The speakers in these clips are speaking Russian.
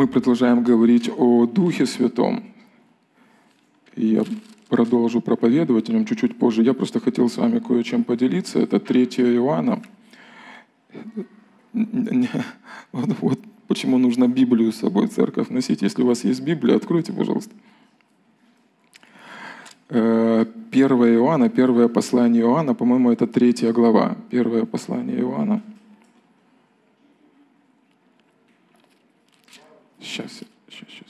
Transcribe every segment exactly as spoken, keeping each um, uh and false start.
Мы продолжаем говорить о Духе Святом. И я продолжу проповедовать о нем чуть-чуть позже. Я просто хотел с вами кое-чем поделиться. Это третье Иоанна. Вот, вот почему нужно Библию с собой в церковь носить. Если у вас есть Библия, откройте, пожалуйста. Первое Иоанна, первое послание Иоанна, по-моему, это третья глава. Первое послание Иоанна. Сейчас, сейчас, сейчас,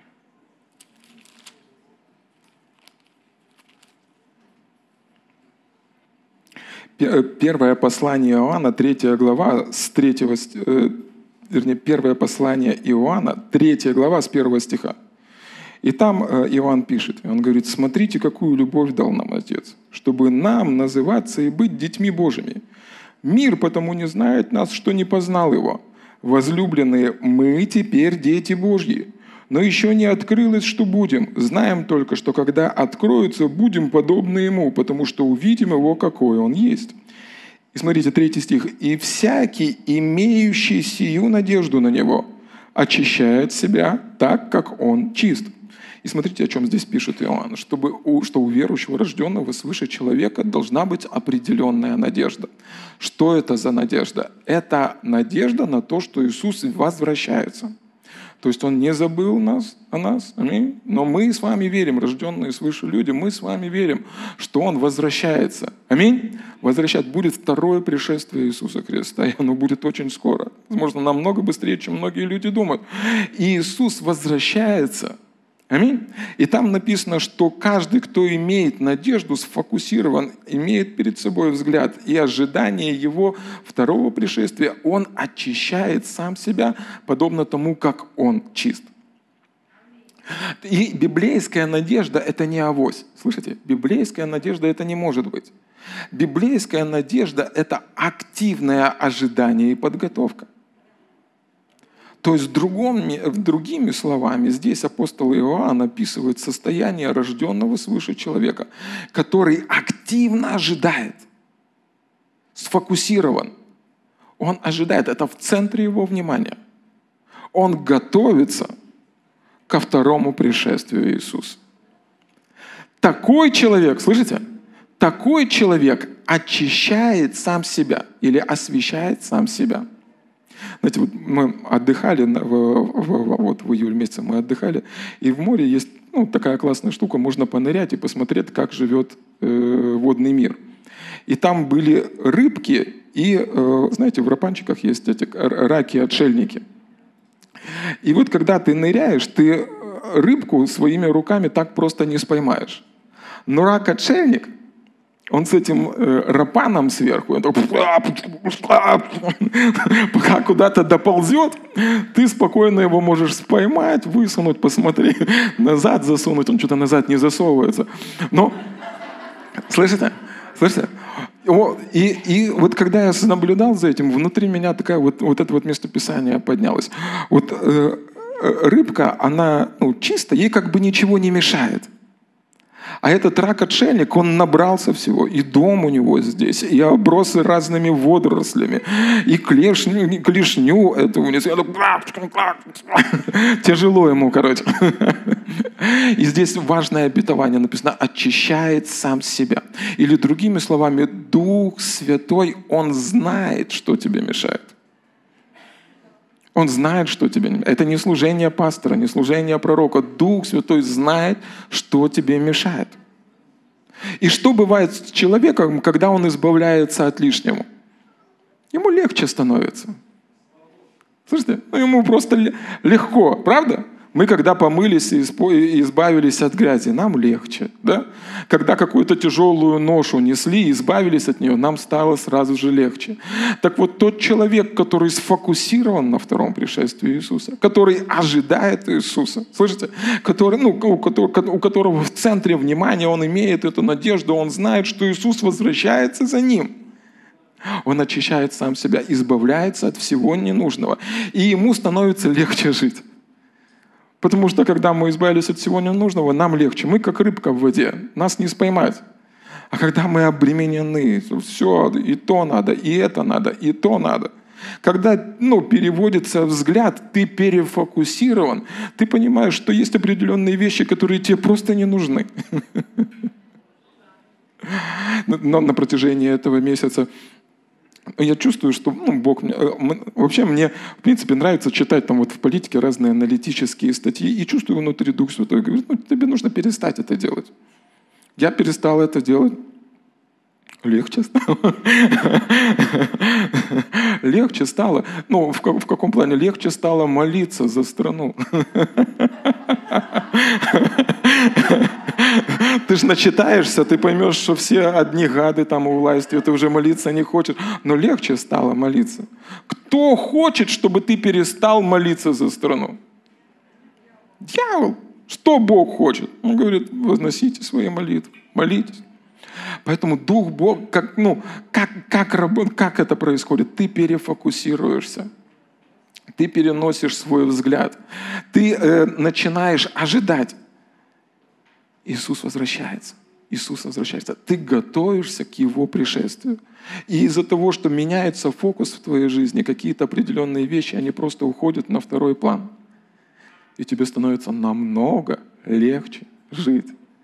секундочку. Первое послание Иоанна, третья глава, с третьего, вернее, первое послание Иоанна, третья глава, с первого стиха. И там Иоанн пишет, он говорит: «Смотрите, какую любовь дал нам Отец, чтобы нам называться и быть детьми Божьими. Мир потому не знает нас, что не познал Его. Возлюбленные, мы теперь дети Божьи, но еще не открылось, что будем. Знаем только, что когда откроется, будем подобны Ему, потому что увидим Его, какой Он есть». И смотрите, третий стих. «И всякий, имеющий сию надежду на Него, очищает себя так, как Он чист». И смотрите, о чем здесь пишет Иоанн, чтобы у, что у верующего, рожденного свыше человека должна быть определенная надежда. Что это за надежда? Это надежда на то, что Иисус возвращается. То есть Он не забыл нас, о нас, аминь. Но мы с вами верим, рожденные свыше люди, мы с вами верим, что Он возвращается. Аминь. Возвращать будет второе пришествие Иисуса Христа, и оно будет очень скоро. Возможно, намного быстрее, чем многие люди думают. И Иисус возвращается. Аминь. И там написано, что каждый, кто имеет надежду, сфокусирован, имеет перед собой взгляд и ожидание Его второго пришествия, он очищает сам себя, подобно тому, как Он чист. И библейская надежда – это не авось. Слышите? Библейская надежда – это не может быть. Библейская надежда – это активное ожидание и подготовка. То есть, другими, другими словами, здесь апостол Иоанн описывает состояние рожденного свыше человека, который активно ожидает, сфокусирован. Он ожидает, это в центре его внимания. Он готовится ко второму пришествию Иисуса. Такой человек, слышите? Такой человек очищает сам себя или освящает сам себя. Знаете, вот мы отдыхали, в, в, вот в июле месяце мы отдыхали, и в море есть ну, такая классная штука, можно понырять и посмотреть, как живет э, водный мир. И там были рыбки, и, э, знаете, в рапанчиках есть эти раки-отшельники. И вот когда ты ныряешь, ты рыбку своими руками так просто не споймаешь. Но рак-отшельник, он с этим э, рапаном сверху, он так, пока куда-то доползет, ты спокойно его можешь споймать, высунуть, посмотреть, назад засунуть. Он что-то назад не засовывается. Но, слышите? Слышите? И, и вот когда я наблюдал за этим, внутри меня такая вот, вот это вот местописание поднялось. Вот э, рыбка, она ну, чисто, ей как бы ничего не мешает. А этот рак-отшельник, он набрался всего. И дом у него здесь, и обросы разными водорослями, и клешню, клешню эту унес. Тяжело ему, короче. И здесь важное обетование написано: очищает сам себя. Или другими словами, Дух Святой, Он знает, что тебе мешает. Он знает, что тебе не мешает. Это не служение пастора, не служение пророка. Дух Святой знает, что тебе мешает. И что бывает с человеком, когда он избавляется от лишнего? Ему легче становится. Слышите? Ну, ему просто легко, правда? Мы, когда помылись и избавились от грязи, нам легче. Да? Когда какую-то тяжелую ношу несли и избавились от нее, нам стало сразу же легче. Так вот, тот человек, который сфокусирован на втором пришествии Иисуса, который ожидает Иисуса, слышите? Который, ну, у, которого, у которого в центре внимания он имеет эту надежду, он знает, что Иисус возвращается за ним. Он очищает сам себя, избавляется от всего ненужного. И ему становится легче жить. Потому что, когда мы избавились от всего ненужного, нам легче. Мы как рыбка в воде, нас не споймать. А когда мы обременены, все, и то надо, и это надо, и то надо. Когда ну, переводится взгляд, ты перефокусирован, ты понимаешь, что есть определенные вещи, которые тебе просто не нужны. Но на протяжении этого месяца я чувствую, что ну, Бог мне... Вообще мне, в принципе, нравится читать там вот в политике разные аналитические статьи, и чувствую внутри Дух Святой, говорит, ну, тебе нужно перестать это делать. Я перестал это делать. Легче стало. Легче стало. Ну, в, в каком плане? Легче стало молиться за страну. Ты же начитаешься, ты поймешь, что все одни гады там у власти, ты уже молиться не хочешь. Но легче стало молиться. Кто хочет, чтобы ты перестал молиться за страну? Дьявол. Что Бог хочет? Он говорит, возносите свои молитвы, молитесь. Поэтому Дух Бог, как, ну, как, как, как это происходит? Ты перефокусируешься. Ты переносишь свой взгляд. Ты э, начинаешь ожидать. Иисус возвращается. Иисус возвращается. Ты готовишься к Его пришествию. И из-за того, что меняется фокус в твоей жизни, какие-то определенные вещи, они просто уходят на второй план. И тебе становится намного легче жить.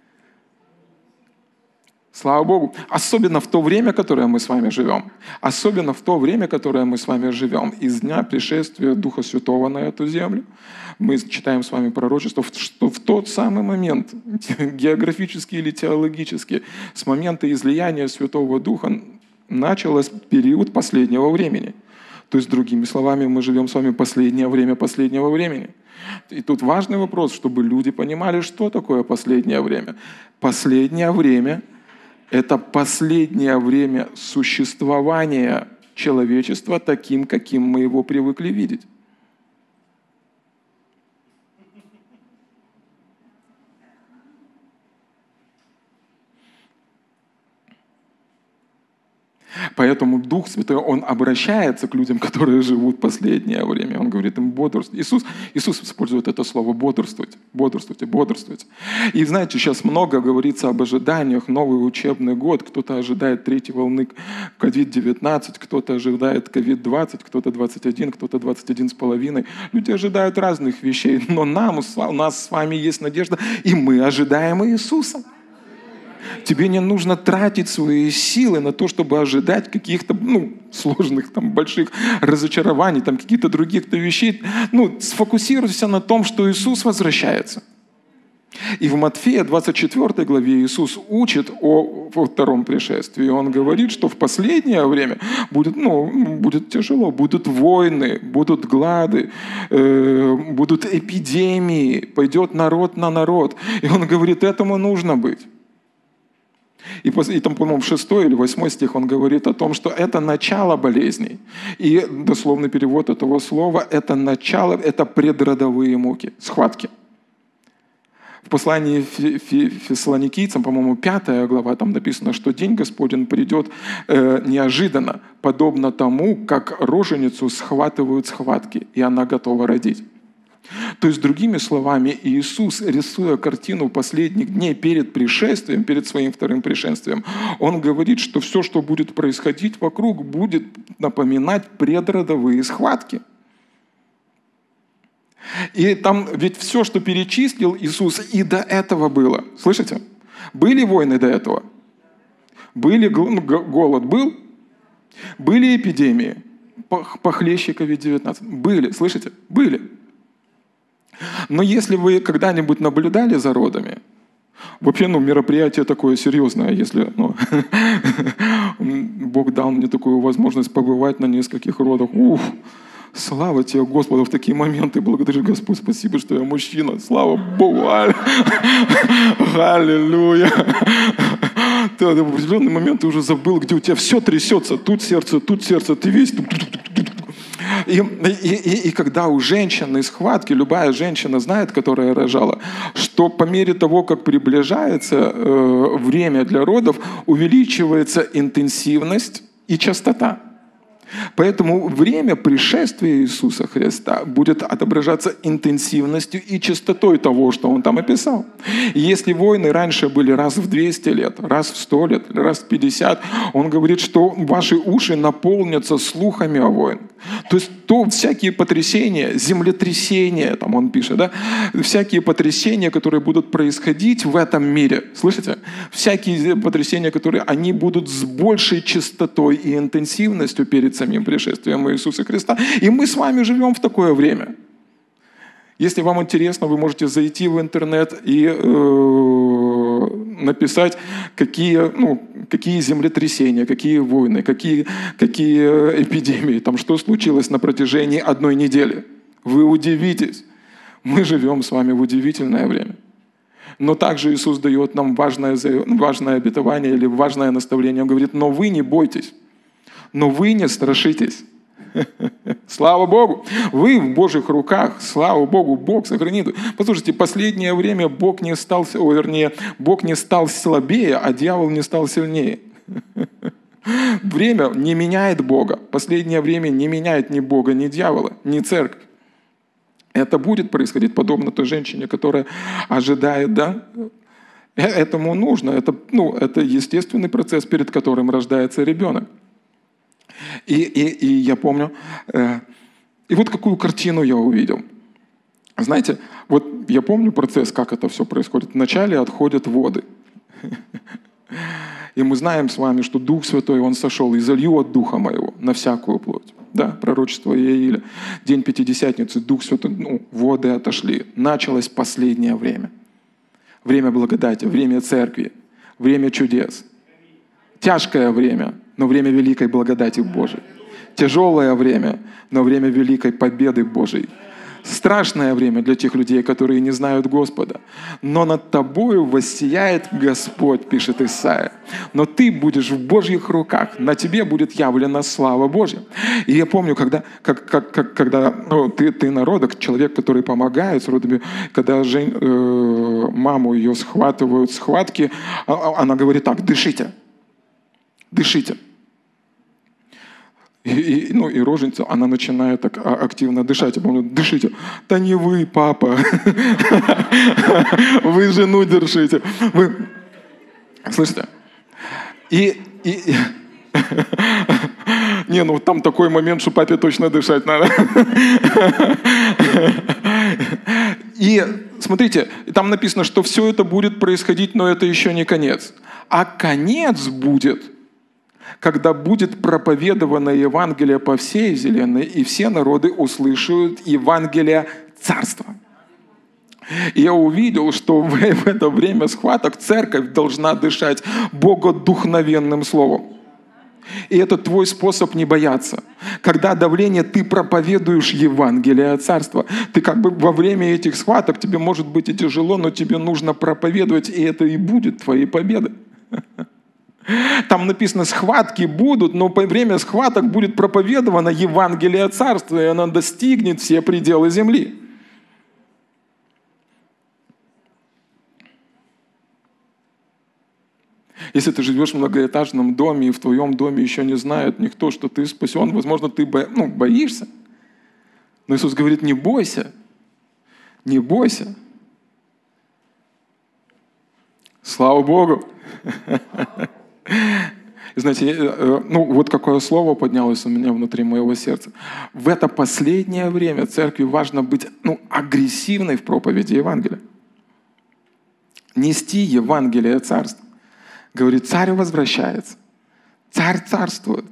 Слава Богу. Особенно в то время, которое мы с вами живем. Особенно в то время, которое мы с вами живем. Из дня пришествия Духа Святого на эту землю. Мы читаем с вами пророчество, что в тот самый момент, географически или теологически, с момента излияния Святого Духа начался период последнего времени. То есть, другими словами, мы живем с вами последнее время последнего времени. И тут важный вопрос, чтобы люди понимали, что такое последнее время. Последнее время – это последнее время существования человечества таким, каким мы его привыкли видеть. Поэтому Дух Святой, Он обращается к людям, которые живут последнее время. Он говорит им бодрствовать. Иисус, Иисус использует это слово бодрствовать. Бодрствуйте, бодрствуйте. И знаете, сейчас много говорится об ожиданиях. Новый учебный год. Кто-то ожидает третьей волны ковид девятнадцать, кто-то ожидает ковид двадцать, кто-то двадцать один, кто-то двадцать один с половиной. Люди ожидают разных вещей. Но нам, у нас с вами есть надежда, и мы ожидаем Иисуса. Тебе не нужно тратить свои силы на то, чтобы ожидать каких-то ну, сложных, там, больших разочарований, там, каких-то других-то вещей. Ну, сфокусируйся на том, что Иисус возвращается. И в Матфея двадцать четвёртой главе Иисус учит о, о втором пришествии. Он говорит, что в последнее время будет, ну, будет тяжело, будут войны, будут глады, э, будут эпидемии, пойдет народ на народ. И он говорит, этому нужно быть. И, и там, по-моему, шестой или восьмой стих он говорит о том, что это начало болезней. И дословный перевод этого слова – это начало, это предродовые муки, схватки. В послании Фессалоникийцам, по-моему, пятая глава, там написано, что день Господень придет э, неожиданно, подобно тому, как роженицу схватывают схватки, и она готова родить. То есть, другими словами, Иисус, рисуя картину последних дней перед пришествием, перед своим вторым пришествием, Он говорит, что все, что будет происходить вокруг, будет напоминать предродовые схватки. И там ведь все, что перечислил Иисус, и до этого было. Слышите? Были войны до этого? Были, голод был? Были эпидемии? Похлеще ковид девятнадцать? Были, слышите? Были. Но если вы когда-нибудь наблюдали за родами, вообще, ну, мероприятие такое серьезное, если, ну, Бог дал мне такую возможность побывать на нескольких родах. Уф, слава тебе, Господу, в такие моменты благодарю, Господь, спасибо, что я мужчина, слава Богу, аллилуйя. Ты в определенный момент ты уже забыл, где у тебя все трясется, тут сердце, тут сердце, ты весь... И, и, и, и когда у женщины схватки, любая женщина знает, которая рожала, что по мере того, как приближается э, время для родов, увеличивается интенсивность и частота. Поэтому время пришествия Иисуса Христа будет отображаться интенсивностью и частотой того, что Он там описал. И если войны раньше были раз в двести лет, раз в сто лет, раз в пятьдесят, Он говорит, что ваши уши наполнятся слухами о войнах. То есть то всякие потрясения, землетрясения, там он пишет, да, всякие потрясения, которые будут происходить в этом мире, слышите? Всякие потрясения, которые они будут с большей частотой и интенсивностью перед самим пришествием Иисуса Христа. И мы с вами живем в такое время. Если вам интересно, вы можете зайти в интернет и э, написать, какие, ну, какие землетрясения, какие войны, какие, какие эпидемии, там, что случилось на протяжении одной недели. Вы удивитесь. Мы живем с вами в удивительное время. Но также Иисус дает нам важное, важное обетование или важное наставление. Он говорит, но вы не бойтесь, но вы не страшитесь. Слава Богу! Вы в Божьих руках. Слава Богу! Бог сохранит. Послушайте, последнее время Бог не стал, о, вернее, Бог не стал слабее, а дьявол не стал сильнее. Время не меняет Бога. Последнее время не меняет ни Бога, ни дьявола, ни церковь. Это будет происходить подобно той женщине, которая ожидает, да? Этому нужно. Это, ну, это естественный процесс, перед которым рождается ребенок. И, и, и я помню, э, и вот какую картину я увидел. Знаете, вот я помню процесс, как это все происходит. Вначале отходят воды. И мы знаем с вами, что Дух Святой, Он сошел, и залью от Духа Моего на всякую плоть. Да, пророчество Иаиля. День Пятидесятницы, Дух Святой, ну, воды отошли. Началось последнее время. Время благодати, время церкви, время чудес. Тяжкое время, но время великой благодати Божией. Тяжелое время, но время великой победы Божией. Страшное время для тех людей, которые не знают Господа. Но над тобою воссияет Господь, пишет Исаия. Но ты будешь в Божьих руках, на тебе будет явлена слава Божья. И я помню, когда, как, как, как, когда ну, ты, ты народок, человек, который помогает с родами, когда жен, э, маму ее схватывают, схватки, она говорит так: дышите. Дышите. И, и, ну, и роженица, она начинает так активно дышать. Я помню, дышите. Да не вы, папа. Вы жену держите. Вы... Слышите? И... и... Не, ну там такой момент, что папе точно дышать надо. И смотрите, там написано, что все это будет происходить, но это еще не конец. А конец будет, когда будет проповедовано Евангелие по всей вселенной, и все народы услышат Евангелие Царства. И я увидел, что в это время схваток церковь должна дышать богодухновенным словом. И это твой способ не бояться. Когда давление, ты проповедуешь Евангелие Царства. Ты как бы во время этих схваток, тебе может быть и тяжело, но тебе нужно проповедовать, и это и будет твоей победой. Там написано, схватки будут, но во время схваток будет проповедовано Евангелие Царства, и оно достигнет все пределы земли. Если ты живешь в многоэтажном доме, и в твоем доме еще не знает никто, что ты спасен, возможно, ты бо... ну, боишься. Но Иисус говорит, не бойся, не бойся. Слава Богу! Знаете, ну вот какое слово поднялось у меня внутри моего сердца. В это последнее время церкви важно быть ну, агрессивной в проповеди Евангелия. Нести Евангелие Царства. Говорит, царь возвращается. Царь царствует.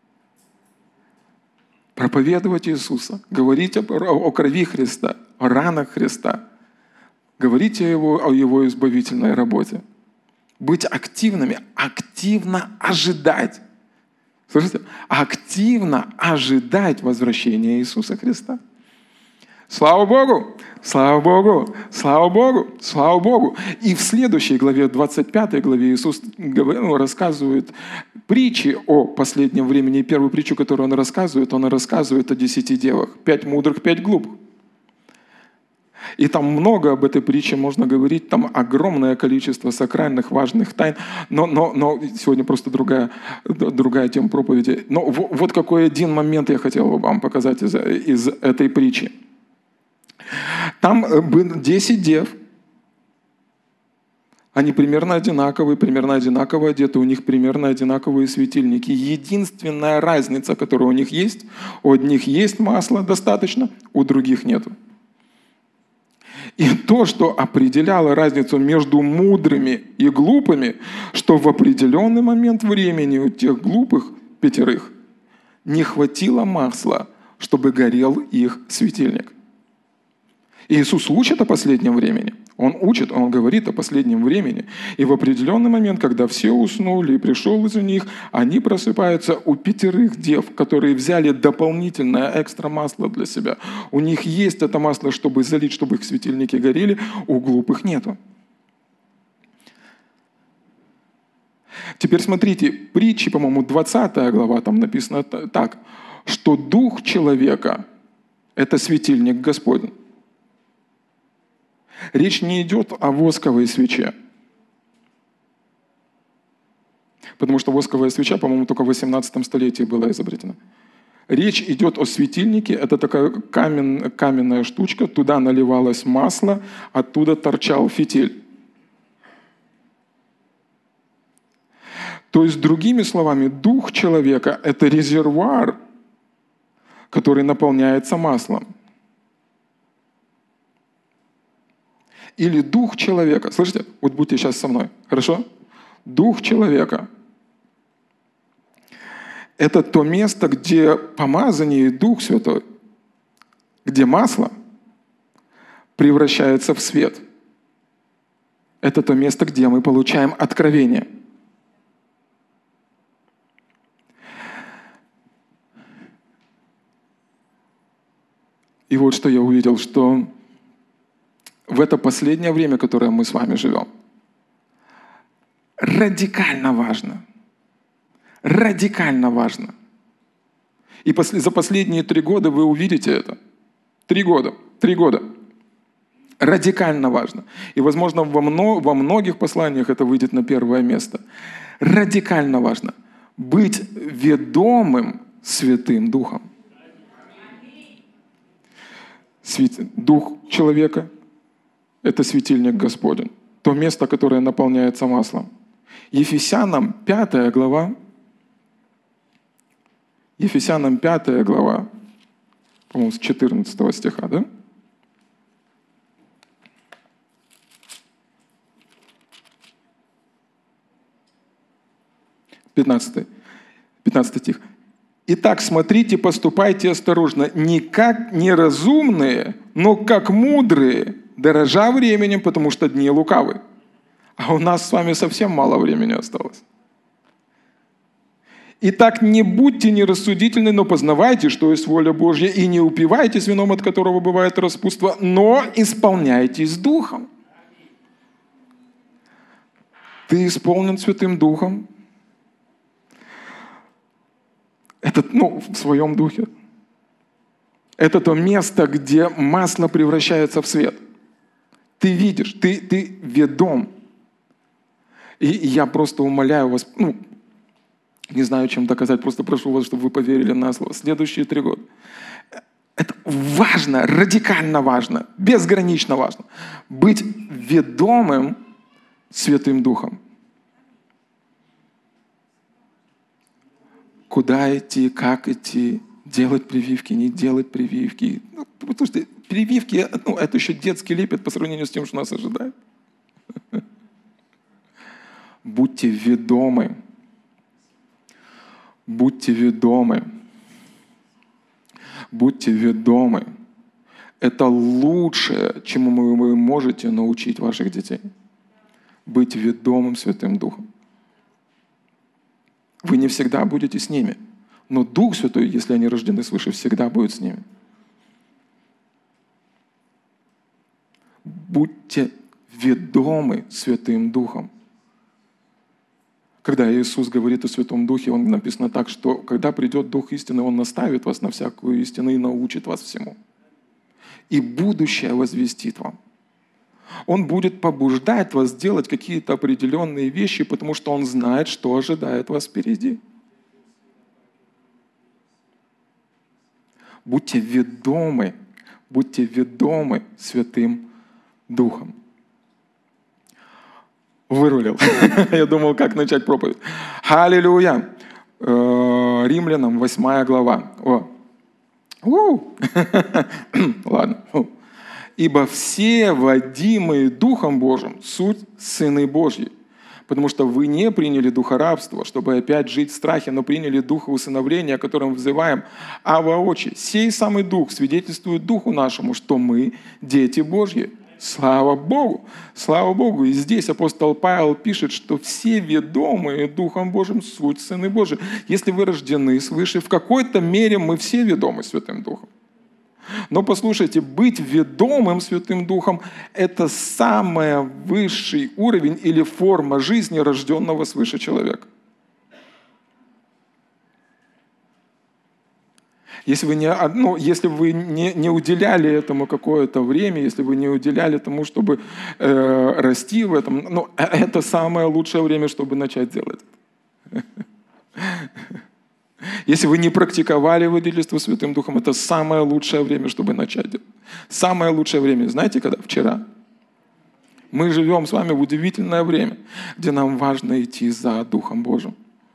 Проповедовать Иисуса. Говорить о, о крови Христа, о ранах Христа. Говорить о его, о его избавительной работе. Быть активными, активно ожидать. Слышите? Активно ожидать возвращения Иисуса Христа. Слава Богу! Слава Богу! Слава Богу! Слава Богу! И в следующей главе, двадцать пятой главе, Иисус ну, рассказывает притчи о последнем времени. И первую притчу, которую Он рассказывает, Он рассказывает о десяти девах. Пять мудрых, пять глупых. И там много об этой притче можно говорить, там огромное количество сакральных, важных тайн, но, но, но сегодня просто другая, другая тема проповеди. Но вот какой один момент я хотел бы вам показать из, из этой притчи. Там было десять дев, Они примерно одинаковые, примерно одинаково одеты, у них примерно одинаковые светильники. Единственная разница, которая у них есть, у одних есть масло достаточно, у других нету. И то, что определяло разницу между мудрыми и глупыми, что в определенный момент времени у тех глупых пятерых не хватило масла, чтобы горел их светильник. И Иисус учит о последнем времени. Он учит, Он говорит о последнем времени. И в определенный момент, когда все уснули, и пришел из них, они просыпаются у пятерых дев, которые взяли дополнительное экстра масло для себя. У них есть это масло, чтобы залить, чтобы их светильники горели, у глупых нету. Теперь смотрите, притчи, по-моему, двадцатая глава, там написано так, что дух человека – это светильник Господень. Речь не идет о восковой свече. Потому что восковая свеча, по-моему, только в восемнадцатом столетии была изобретена. Речь идет о светильнике. Это такая камен, каменная штучка. Туда наливалось масло, оттуда торчал фитиль. То есть, другими словами, дух человека – это резервуар, который наполняется маслом. Или дух человека. Слышите? Вот будьте сейчас со мной. Хорошо? Дух человека – это то место, где помазание и Дух Святой, где масло превращается в свет. Это то место, где мы получаем откровение. И вот что я увидел, что в это последнее время, которое мы с вами живем, радикально важно. Радикально важно. И после, за последние три года вы увидите это. Три года. Три года. Радикально важно. И, возможно, во, мно, во многих посланиях это выйдет на первое место. Радикально важно быть ведомым Святым Духом. Свет, Дух человека – это светильник Господень. То место, которое наполняется маслом. Ефесянам пятая глава. Ефесянам пятая глава. По-моему, с четырнадцатого стиха, да? пятнадцатый. пятнадцатый стих. «Итак, смотрите, поступайте осторожно, не как неразумные, но как мудрые, дорожа временем, потому что дни лукавы». А у нас с вами совсем мало времени осталось. «Итак, не будьте нерассудительны, но познавайте, что есть воля Божья, и не упивайтесь вином, от которого бывает распутство, но исполняйтесь Духом». Ты исполнен Святым Духом? Это, ну, в своем духе. Это то место, где масло превращается в свет. Ты видишь, ты, ты ведом. И я просто умоляю вас, ну, не знаю, чем доказать, просто прошу вас, чтобы вы поверили на слово. Следующие три года. Это важно, радикально важно, безгранично важно. Быть ведомым Святым Духом. Куда идти, как идти, делать прививки, не делать прививки. Ну, потому что прививки, ну, это еще детский лепет по сравнению с тем, что нас ожидает. Будьте ведомы. Будьте ведомы. Будьте ведомы. Это лучшее, чему вы можете научить ваших детей. Быть ведомым Святым Духом. Вы не всегда будете с ними. Но Дух Святой, если они рождены свыше, всегда будет с ними. Будьте ведомы Святым Духом. Когда Иисус говорит о Святом Духе, Он написано так, что когда придет Дух истины, Он наставит вас на всякую истину и научит вас всему. И будущее возвестит вам. Он будет побуждать вас делать какие-то определенные вещи, потому что Он знает, что ожидает вас впереди. Будьте ведомы, будьте ведомы Святым Духом. вырулил. Я думал, как начать проповедь. Аллилуйя. Римлянам восьмая глава. О. Ладно. «Ибо все, водимые Духом Божьим, суть сыны Божьи. Потому что вы не приняли духа рабства, чтобы опять жить в страхе, но приняли духа усыновления, о котором взываем. А воочи, сей самый Дух свидетельствует Духу нашему, что мы дети Божьи». Слава Богу! Слава Богу! И здесь апостол Павел пишет, что все ведомые Духом Божьим суть сыны Божьи. Если вы рождены свыше, в какой-то мере мы все ведомы Святым Духом. Но послушайте, быть ведомым Святым Духом – это самый высший уровень или форма жизни рожденного свыше человека. Если вы, не, ну, если вы не, не уделяли этому какое-то время, если вы не уделяли тому, чтобы э, расти в этом, ну, это самое лучшее время, чтобы начать делать это. Если вы не практиковали водительство Святым Духом, это самое лучшее время, чтобы начать делать. Самое лучшее время, знаете, когда? Вчера. Мы живем с вами в удивительное время, где нам важно идти за Духом Божьим.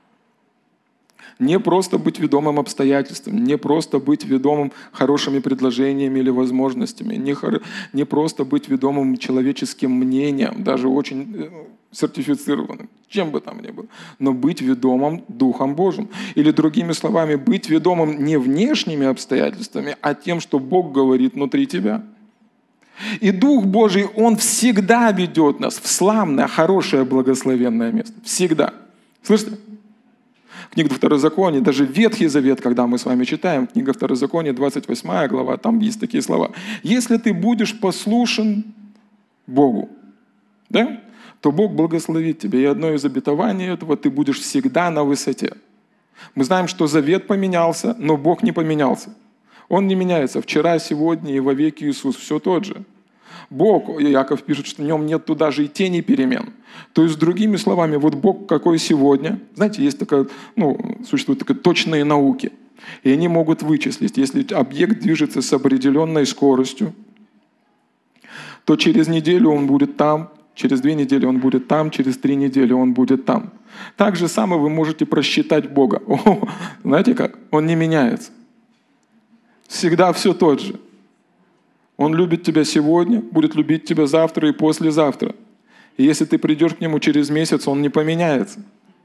Не просто быть ведомым обстоятельствами, не просто быть ведомым хорошими предложениями или возможностями, не, хор... не просто быть ведомым человеческим мнением, даже очень сертифицированным, чем бы там ни было, но быть ведомым Духом Божьим. Или другими словами, быть ведомым не внешними обстоятельствами, а тем, что Бог говорит внутри тебя. И Дух Божий, Он всегда ведет нас в славное, хорошее, благословенное место. Всегда. Слышите? Книга Второзакония, даже Ветхий Завет, когда мы с вами читаем, книга Второзакония, двадцать восьмая глава, там есть такие слова. «Если ты будешь послушен Богу, да, то Бог благословит тебя, и одно из обетований этого – ты будешь всегда на высоте». Мы знаем, что Завет поменялся, но Бог не поменялся. Он не меняется вчера, сегодня и во веки Иисус, все тот же. Бог, Иаков пишет, что в нем нет туда же и тени перемен. То есть, другими словами, вот Бог какой сегодня, знаете, есть такая, ну, существуют такие точные науки, и они могут вычислить, если объект движется с определенной скоростью, то через неделю он будет там, через две недели он будет там, через три недели он будет там. Так же самое вы можете просчитать Бога. О, знаете как? Он не меняется. Всегда все тот же. Он любит тебя сегодня, будет любить тебя завтра и послезавтра. И если ты придешь к Нему через месяц, Он не поменяется.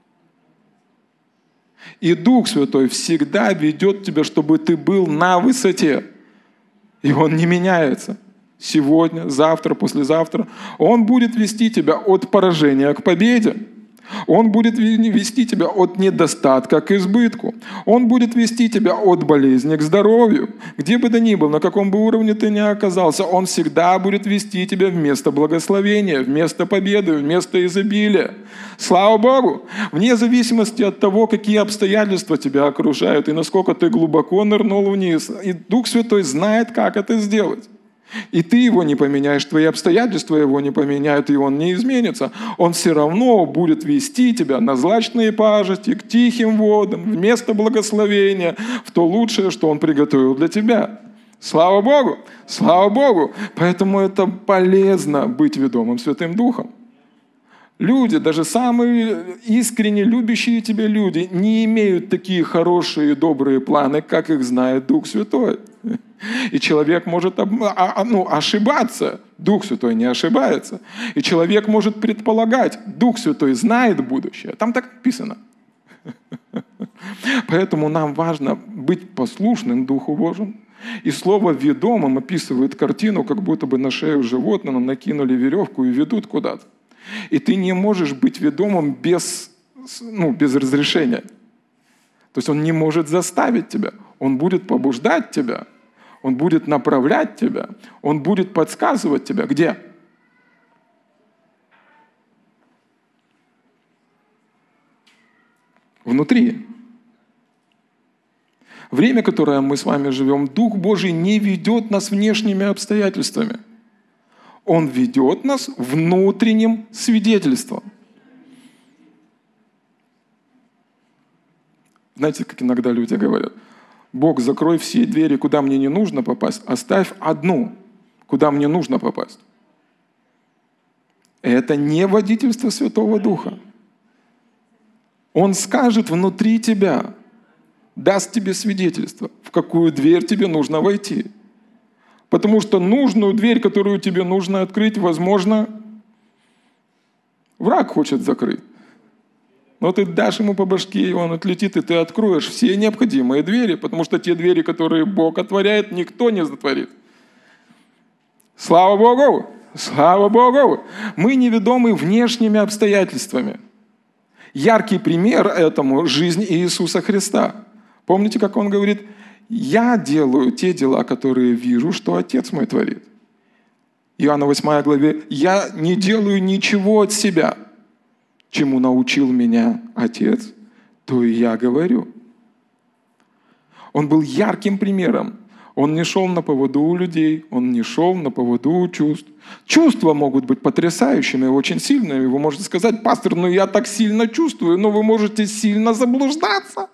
И Дух Святой всегда ведет тебя, чтобы ты был на высоте. И Он не меняется. Сегодня, завтра, послезавтра. Он будет вести тебя от поражения к победе. Он будет вести тебя от недостатка к избытку. Он будет вести тебя от болезни к здоровью. Где бы ты ни был, на каком бы уровне ты ни оказался, Он всегда будет вести тебя в место благословения, в место победы, в место изобилия. Слава Богу! Вне зависимости от того, какие обстоятельства тебя окружают и насколько ты глубоко нырнул вниз. И Дух Святой знает, как это сделать. И ты его не поменяешь, твои обстоятельства его не поменяют, и он не изменится. Он все равно будет вести тебя на злачные пажити, к тихим водам, в место благословения, в то лучшее, что он приготовил для тебя. Слава Богу! Слава Богу! Поэтому это полезно быть ведомым Святым Духом. Люди, даже самые искренне любящие тебя люди, не имеют такие хорошие и добрые планы, как их знает Дух Святой. И человек может ну, ошибаться, Дух Святой не ошибается. И человек может предполагать, Дух Святой знает будущее. Там так написано. Поэтому нам важно быть послушным Духу Божьему. И слово «ведомым» описывает картину, как будто бы на шею животного накинули веревку и ведут куда-то. И ты не можешь быть ведомым без, ну, без разрешения. То есть он не может заставить тебя. Он будет побуждать тебя. Он будет направлять тебя. Он будет подсказывать тебя. Где? Внутри. Время, которое мы с вами живем, Дух Божий не ведет нас внешними обстоятельствами. Он ведет нас внутренним свидетельством. Знаете, как иногда люди говорят: Бог, закрой все двери, куда мне не нужно попасть, оставь одну, куда мне нужно попасть. Это не водительство Святого Духа. Он скажет внутри тебя, даст тебе свидетельство, в какую дверь тебе нужно войти. Потому что нужную дверь, которую тебе нужно открыть, возможно, враг хочет закрыть. Но ты дашь ему по башке, и он отлетит, и ты откроешь все необходимые двери, потому что те двери, которые Бог отворяет, никто не затворит. Слава Богу! Слава Богу! Мы неведомы внешними обстоятельствами. Яркий пример этому – жизнь Иисуса Христа. Помните, как Он говорит: «Я делаю те дела, которые вижу, что Отец мой творит». Иоанна восьмой главе: «Я не делаю ничего от себя. Чему научил меня Отец, то и я говорю». Он был ярким примером. Он не шел на поводу у людей, он не шел на поводу у чувств. Чувства могут быть потрясающими, очень сильными. Вы можете сказать: «Пастор, ну я так сильно чувствую», но вы можете сильно заблуждаться.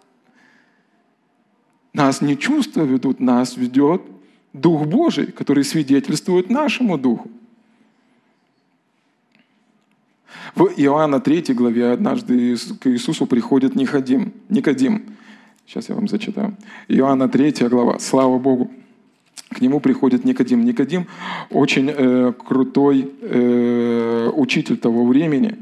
Нас не чувства ведут, нас ведет Дух Божий, который свидетельствует нашему Духу. В Иоанна третьей главе однажды к Иисусу приходит Никодим. Никодим. Сейчас я вам зачитаю. Иоанна третья глава. Слава Богу. К нему приходит Никодим. Никодим очень э, крутой э, учитель того времени.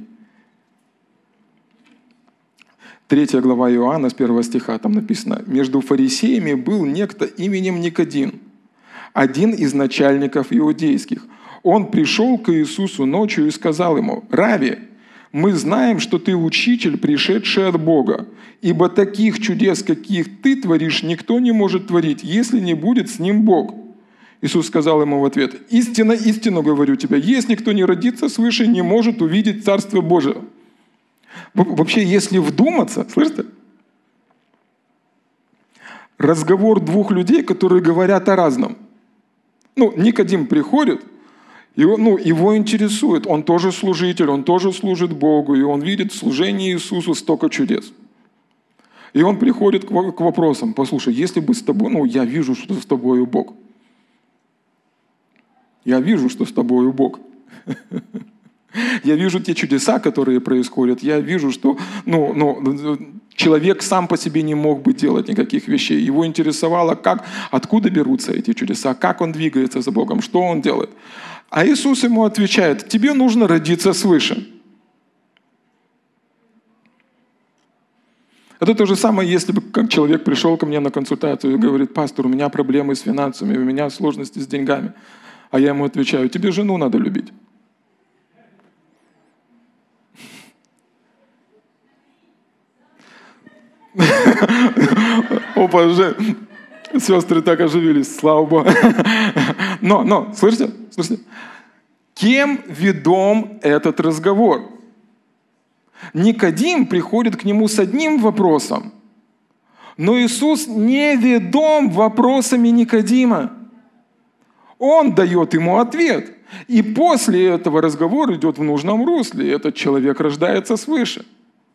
Третья глава Иоанна с первого стиха, там написано: «Между фарисеями был некто именем Никодим, один из начальников иудейских. Он пришел к Иисусу ночью и сказал ему: „Рави, мы знаем, что ты учитель, пришедший от Бога, ибо таких чудес, каких ты творишь, никто не может творить, если не будет с ним Бог“. Иисус сказал ему в ответ: „Истинно, истинно говорю тебе, если кто не родится свыше, не может увидеть Царство Божие“». Вообще, если вдуматься, слышите? Разговор двух людей, которые говорят о разном. Ну, Никодим приходит, и он, ну, его интересует, он тоже служитель, он тоже служит Богу, и он видит в служении Иисусу столько чудес. И он приходит к вопросам: послушай, если бы с тобой, ну, я вижу, что с тобою Бог. Я вижу, что с тобою Бог. Я вижу те чудеса, которые происходят. Я вижу, что ну, ну, человек сам по себе не мог бы делать никаких вещей. Его интересовало, как, откуда берутся эти чудеса, как он двигается за Богом, что он делает. А Иисус ему отвечает: тебе нужно родиться свыше. Это то же самое, если бы как человек пришел ко мне на консультацию и говорит: пастор, у меня проблемы с финансами, у меня сложности с деньгами. А я ему отвечаю: тебе жену надо любить. Опа, же, сестры так оживились, слава Богу. Но, но, слышите, слышите? Кем ведом этот разговор? Никодим приходит к нему с одним вопросом, но Иисус не ведом вопросами Никодима. Он дает ему ответ. И после этого разговор идет в нужном русле. Этот человек рождается свыше.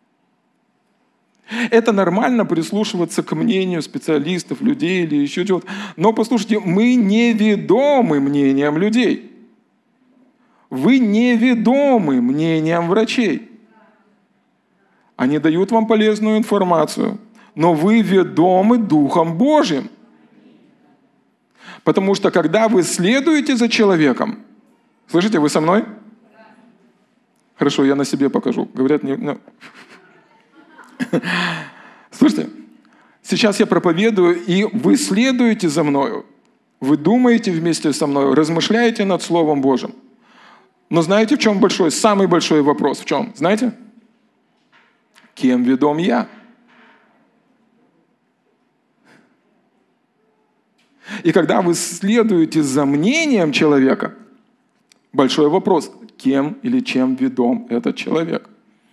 Это нормально прислушиваться к мнению специалистов, людей или еще чего-то. Но послушайте, мы не ведомы мнением людей. Вы не ведомы мнением врачей. Они дают вам полезную информацию, но вы ведомы Духом Божьим. Потому что когда вы следуете за человеком, слышите, вы со мной? Хорошо, я на себе покажу. Говорят, не... Ну. Слушайте, сейчас я проповедую, и вы следуете за мною. Вы думаете вместе со мной, размышляете над Словом Божьим. Но знаете, в чем большой, самый большой вопрос? В чем? Знаете? Кем ведом я? И когда вы следуете за мнением человека, большой вопрос, кем или чем ведом этот человек?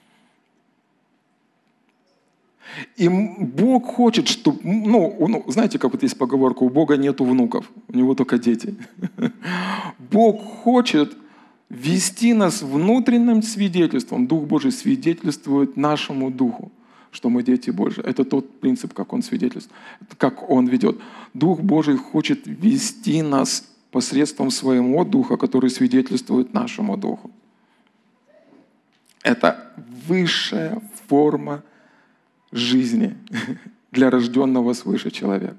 И Бог хочет, чтобы, ну, ну, знаете, как вот есть поговорка, у Бога нету внуков, у Него только дети. Бог хочет вести нас внутренним свидетельством. Дух Божий свидетельствует нашему духу, что мы дети Божьи. Это тот принцип, как Он свидетельствует, как Он ведет. Дух Божий хочет вести нас посредством своего духа, который свидетельствует нашему духу. Это высшая форма жизни для рожденного свыше человека.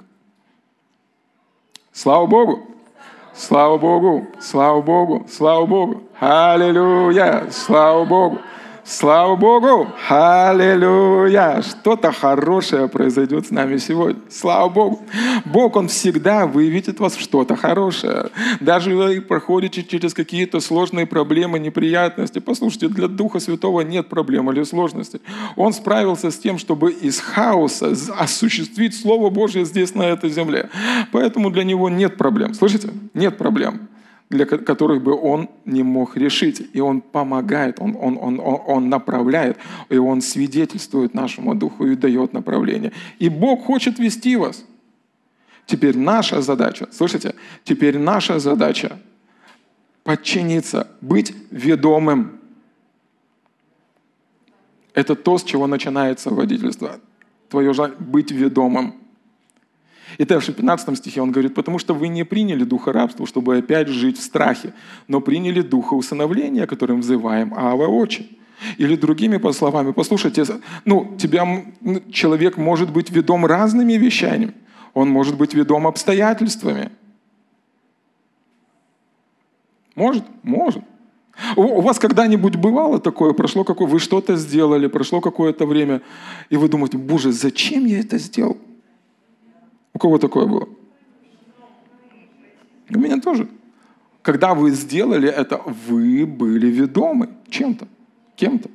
Слава Богу! Слава Богу! Слава Богу! Слава Богу! Аллилуйя! Слава Богу! Слава Богу! Аллилуйя! Что-то хорошее произойдет с нами сегодня. Слава Богу! Бог, Он всегда выведет вас в что-то хорошее. Даже вы проходите через какие-то сложные проблемы, неприятности. Послушайте, для Духа Святого нет проблем или сложностей. Он справился с тем, чтобы из хаоса осуществить Слово Божье здесь, на этой земле. Поэтому для Него нет проблем. Слышите? Нет проблем, для которых бы Он не мог решить. И Он помогает, Он, он, он, он, он направляет, и Он свидетельствует нашему духу и дает направление. И Бог хочет вести вас. Теперь наша задача, слышите? Теперь наша задача подчиниться, быть ведомым. Это то, с чего начинается водительство. Твое желание быть ведомым. И также в пятнадцатом стихе он говорит: «Потому что вы не приняли духа рабства, чтобы опять жить в страхе, но приняли духа усыновления, которым взываем Авва, Отче». Или другими словами, послушайте, ну, тебя, человек может быть ведом разными вещами. Он может быть ведом обстоятельствами. Может? Может. У, у вас когда-нибудь бывало такое, прошло какое, вы что-то сделали, прошло какое-то время, и вы думаете: Боже, зачем я это сделал? У кого такое было? У меня тоже. Когда вы сделали это, вы были ведомы чем-то, кем-то.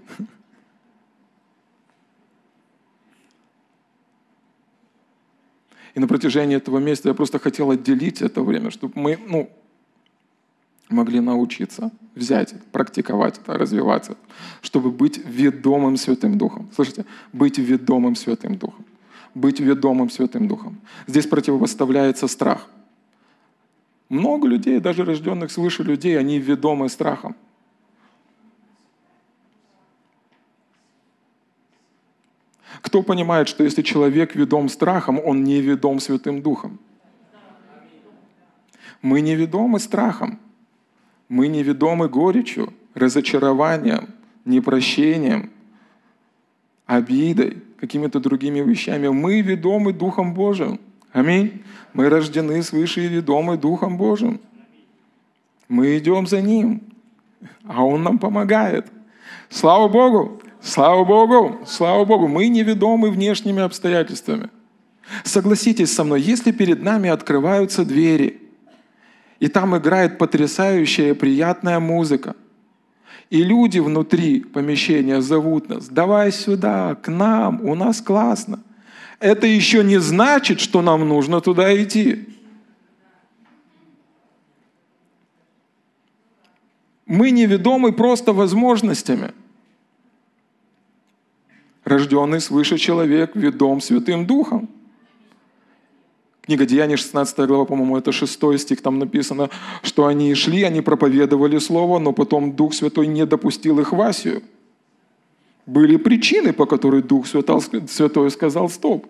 И на протяжении этого месяца я просто хотел отделить это время, чтобы мы ну, могли научиться взять, практиковать это, развиваться, чтобы быть ведомым Святым Духом. Слышите? Быть ведомым Святым Духом. Быть ведомым Святым Духом. Здесь противопоставляется страх. Много людей, даже рожденных свыше людей, они ведомы страхом. Кто понимает, что если человек ведом страхом, он не ведом Святым Духом? Мы не ведомы страхом. Мы не ведомы горечью, разочарованием, непрощением, обидой, какими-то другими вещами. Мы ведомы Духом Божьим. Аминь. Мы рождены свыше и ведомы Духом Божьим. Мы идем за Ним, а Он нам помогает. Слава Богу! Слава Богу! Слава Богу! Мы не ведомы внешними обстоятельствами. Согласитесь со мной, если перед нами открываются двери, и там играет потрясающая, приятная музыка, и люди внутри помещения зовут нас: давай сюда, к нам, у нас классно. Это еще не значит, что нам нужно туда идти. Мы не ведомы просто возможностями. Рожденный свыше человек ведом Святым Духом. Книга Деяний, шестнадцатая глава, по-моему, это шестой стих, там написано, что они шли, они проповедовали Слово, но потом Дух Святой не допустил их в Асию. Были причины, по которой Дух Святой сказал «стоп».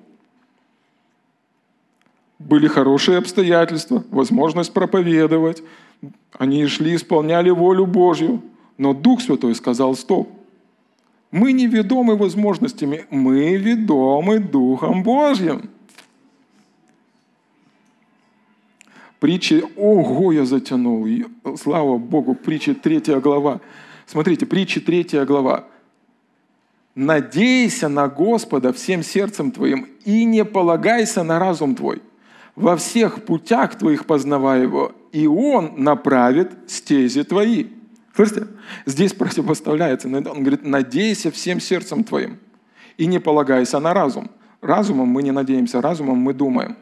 Были хорошие обстоятельства, возможность проповедовать. Они шли, исполняли волю Божью, но Дух Святой сказал «стоп». Мы не ведомы возможностями, мы ведомы Духом Божьим. Притчи, ого, я затянул, слава Богу, притча третья глава. Смотрите, притча третья глава. «Надейся на Господа всем сердцем твоим и не полагайся на разум твой. Во всех путях твоих познавай его, и Он направит стези твои». Слышите? Здесь противопоставляется. Он говорит: надейся всем сердцем твоим и не полагайся на разум. Разумом мы не надеемся, разумом мы думаем.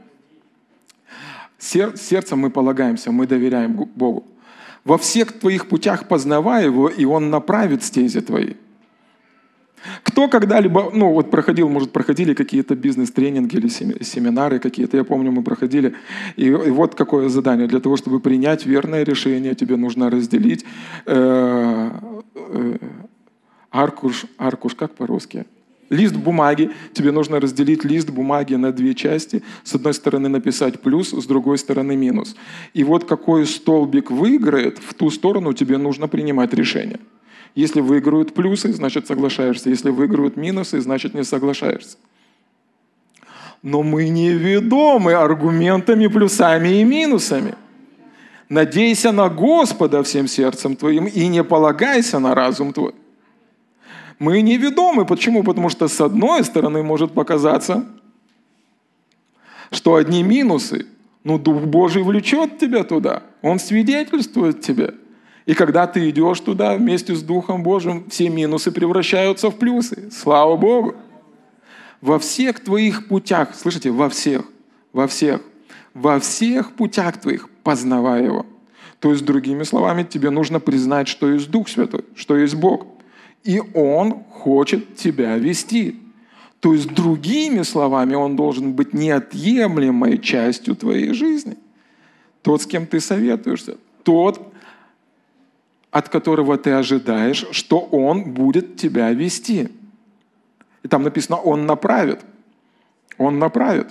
Сердцем мы полагаемся, мы доверяем Богу. Во всех твоих путях познавай его, и Он направит стези твои. Кто когда-либо, ну вот проходил, может, проходили какие-то бизнес-тренинги или семинары какие-то, я помню, мы проходили, и, и вот какое задание. Для того, чтобы принять верное решение, тебе нужно разделить э, э, аркуш, аркуш, как по-русски? Лист бумаги. Тебе нужно разделить лист бумаги на две части. С одной стороны написать плюс, с другой стороны минус. И вот какой столбик выиграет, в ту сторону тебе нужно принимать решение. Если выиграют плюсы, значит соглашаешься. Если выиграют минусы, значит не соглашаешься. Но мы не ведомы аргументами, плюсами и минусами. Надейся на Господа всем сердцем твоим и не полагайся на разум твой. Мы не ведомы. Почему? Потому что с одной стороны может показаться, что одни минусы, но Дух Божий влечет тебя туда. Он свидетельствует тебе. И когда ты идешь туда вместе с Духом Божьим, все минусы превращаются в плюсы. Слава Богу! Во всех твоих путях, слышите, во всех, во всех, во всех путях твоих познавай Его. То есть, другими словами, тебе нужно признать, что есть Дух Святой, что есть Бог. И Он хочет тебя вести. То есть, другими словами, Он должен быть неотъемлемой частью твоей жизни. Тот, с кем ты советуешься, тот, от которого ты ожидаешь, что Он будет тебя вести. И там написано, Он направит. Он направит.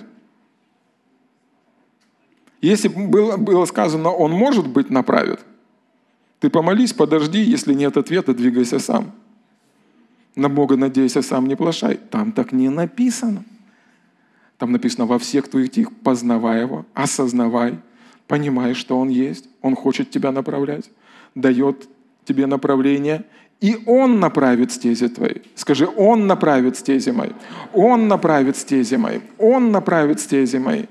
Если было, было сказано, Он может быть направит, ты помолись, подожди, если нет ответа, двигайся сам. На Бога надейся, сам не плашай. Там так не написано. Там написано, во всех твоих тих познавай Его, осознавай, понимай, что Он есть. Он хочет тебя направлять, дает тебе направление, и Он направит стези твои. Скажи, Он направит стези мои. Он направит стези мои. Он направит стези мои.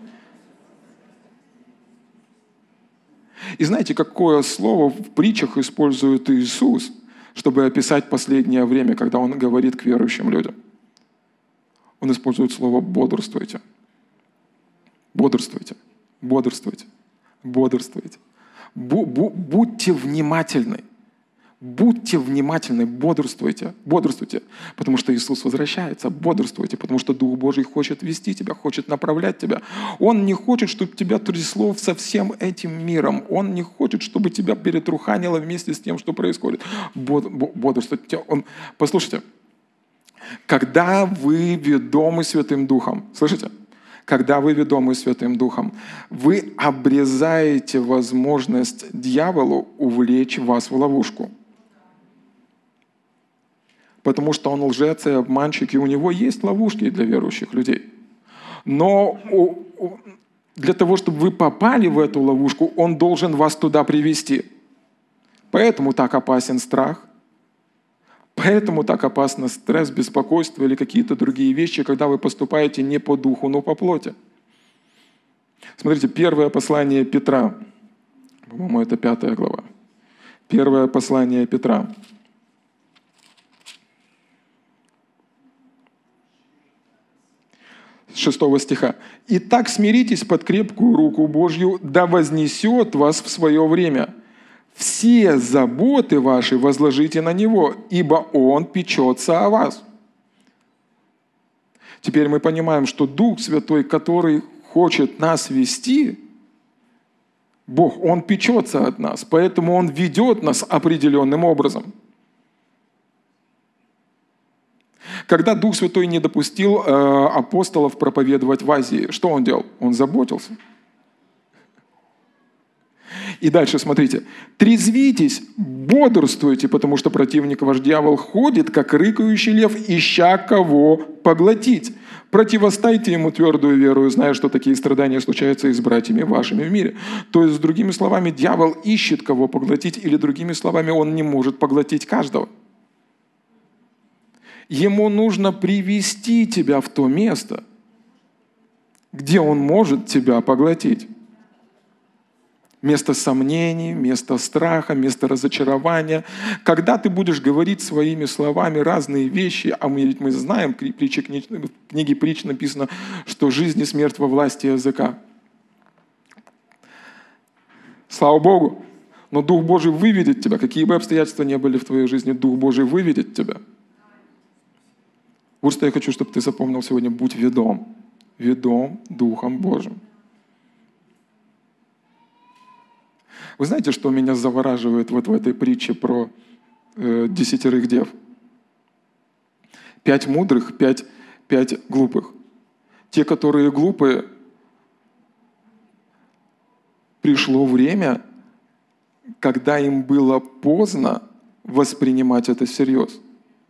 И знаете, какое слово в притчах использует Иисус, чтобы описать последнее время, когда Он говорит к верующим людям? Он использует слово «бодрствуйте». Бодрствуйте. Бодрствуйте. Бодрствуйте. Будьте внимательны. Будьте внимательны, бодрствуйте, бодрствуйте, потому что Иисус возвращается, бодрствуйте, потому что Дух Божий хочет вести тебя, хочет направлять тебя. Он не хочет, чтобы тебя трясло со всем этим миром. Он не хочет, чтобы тебя перетруханило вместе с тем, что происходит. Бодрствуйте. Он... Послушайте, когда вы ведомы Святым Духом, слышите? Когда вы ведомы Святым Духом, вы обрезаете возможность дьяволу увлечь вас в ловушку. Потому что он лжец и обманщик, и у него есть ловушки для верующих людей. Но для того, чтобы вы попали в эту ловушку, он должен вас туда привести. Поэтому так опасен страх, поэтому так опасно стресс, беспокойство или какие-то другие вещи, когда вы поступаете не по духу, но по плоти. Смотрите, первое послание Петра, по-моему, это пятая глава. Первое послание Петра. С шестого стиха. «Итак, смиритесь под крепкую руку Божью, да вознесет вас в свое время. Все заботы ваши возложите на Него, ибо Он печется о вас». Теперь мы понимаем, что Дух Святой, который хочет нас вести, Бог, Он печется от нас, поэтому Он ведет нас определенным образом. Когда Дух Святой не допустил э, апостолов проповедовать в Азии, что Он делал? Он заботился. И дальше, смотрите. «Трезвитесь, бодрствуйте, потому что противник ваш дьявол ходит, как рыкающий лев, ища кого поглотить. Противостайте ему твердую веру, зная, что такие страдания случаются и с братьями вашими в мире». То есть, другими словами, дьявол ищет кого поглотить, или другими словами, он не может поглотить каждого. Ему нужно привести тебя в то место, где он может тебя поглотить. Место сомнений, место страха, место разочарования. Когда ты будешь говорить своими словами разные вещи, а мы ведь мы знаем, в книге Притч написано, что жизнь и смерть во власти языка. Слава Богу! Но Дух Божий выведет тебя. Какие бы обстоятельства ни были в твоей жизни, Дух Божий выведет тебя. Вот что я хочу, чтобы ты запомнил сегодня. Будь ведом. Ведом Духом Божьим. Вы знаете, что меня завораживает вот в этой притче про э, десятерых дев? Пять мудрых, пять, пять глупых. Те, которые глупые, пришло время, когда им было поздно воспринимать это всерьез.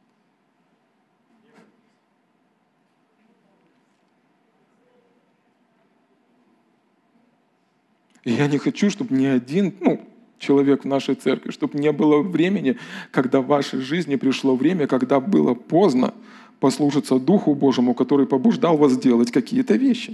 И я не хочу, чтобы ни один ну, человек в нашей церкви, чтобы не было времени, когда в вашей жизни пришло время, когда было поздно послушаться Духу Божьему, который побуждал вас делать какие-то вещи.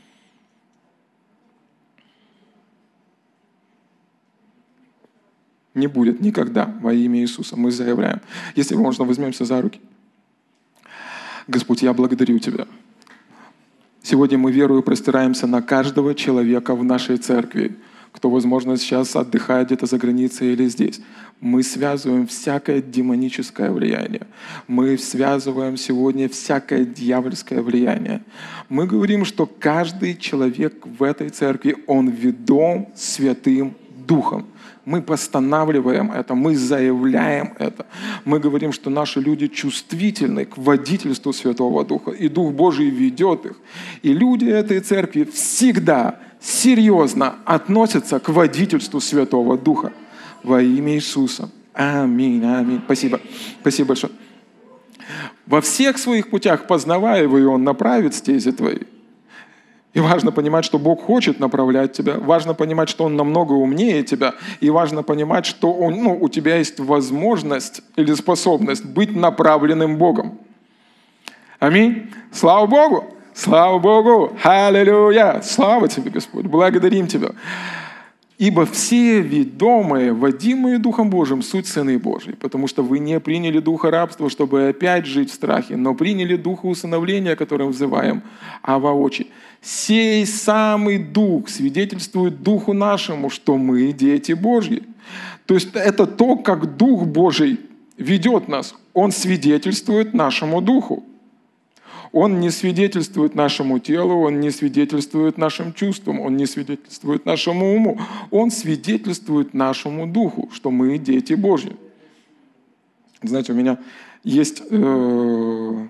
Не будет никогда во имя Иисуса. Мы заявляем. Если можно, возьмемся за руки. Господь, я благодарю Тебя. Сегодня мы верою простираемся на каждого человека в нашей церкви, кто, возможно, сейчас отдыхает где-то за границей или здесь. Мы связываем всякое демоническое влияние. Мы связываем сегодня всякое дьявольское влияние. Мы говорим, что каждый человек в этой церкви, он ведом Святым Духом. Мы постанавливаем это, мы заявляем это. Мы говорим, что наши люди чувствительны к водительству Святого Духа, и Дух Божий ведет их. И люди этой церкви всегда серьезно относятся к водительству Святого Духа во имя Иисуса. Аминь, аминь. Спасибо. Спасибо большое. Во всех своих путях познавая его, и Он направит стези твои. И важно понимать, что Бог хочет направлять тебя. Важно понимать, что Он намного умнее тебя. И важно понимать, что он, ну, у тебя есть возможность или способность быть направленным Богом. Аминь. Слава Богу! Слава Богу! Аллилуйя! Слава Тебе, Господь! Благодарим Тебя! Ибо все ведомые, водимые Духом Божиим, суть сыны Божьи, потому что вы не приняли духа рабства, чтобы опять жить в страхе, но приняли духа усыновления, которым взываем Ава Очи. Сей самый Дух свидетельствует Духу нашему, что мы дети Божьи. То есть это то, как Дух Божий ведет нас. Он свидетельствует нашему Духу. Он не свидетельствует нашему телу, Он не свидетельствует нашим чувствам, Он не свидетельствует нашему уму. Он свидетельствует нашему духу, что мы дети Божьи. Знаете, у меня есть э,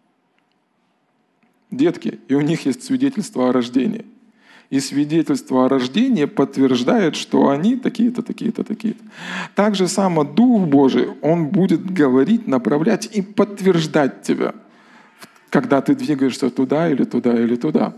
детки, и у них есть свидетельство о рождении. И свидетельство о рождении подтверждает, что они такие-то, такие-то, такие-то. Так же само Дух Божий, Он будет говорить, направлять и подтверждать тебя, когда ты двигаешься туда или туда или туда.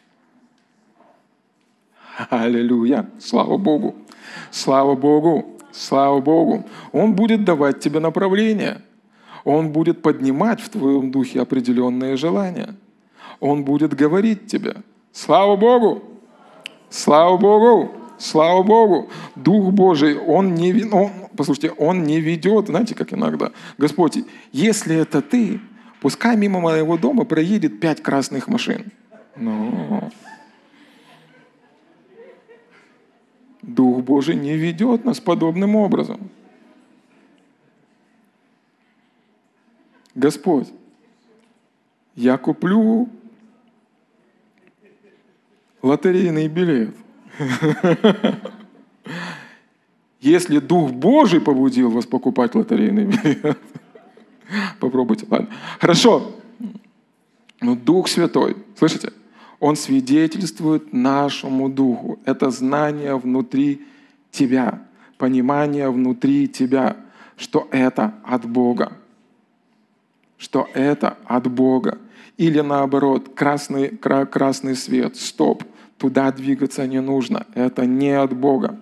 Аллилуйя! Слава Богу! Слава Богу! Слава Богу! Он будет давать тебе направление. Он будет поднимать в твоем духе определенные желания. Он будет говорить тебе. Слава Богу! Слава Богу! Слава Богу! Дух Божий, Он не, он, послушайте, Он не ведет, знаете, как иногда. Господь, если это Ты, пускай мимо моего дома проедет пять красных машин. Но Дух Божий не ведет нас подобным образом. Господь, я куплю лотерейный билет. Если Дух Божий побудил вас покупать лотерейный билет, попробуйте, ладно. Хорошо. Но Дух Святой, слышите? Он свидетельствует нашему Духу. Это знание внутри тебя, понимание внутри тебя, что это от Бога. Что это от Бога. Или наоборот, красный, красный свет, стоп, туда двигаться не нужно. Это не от Бога.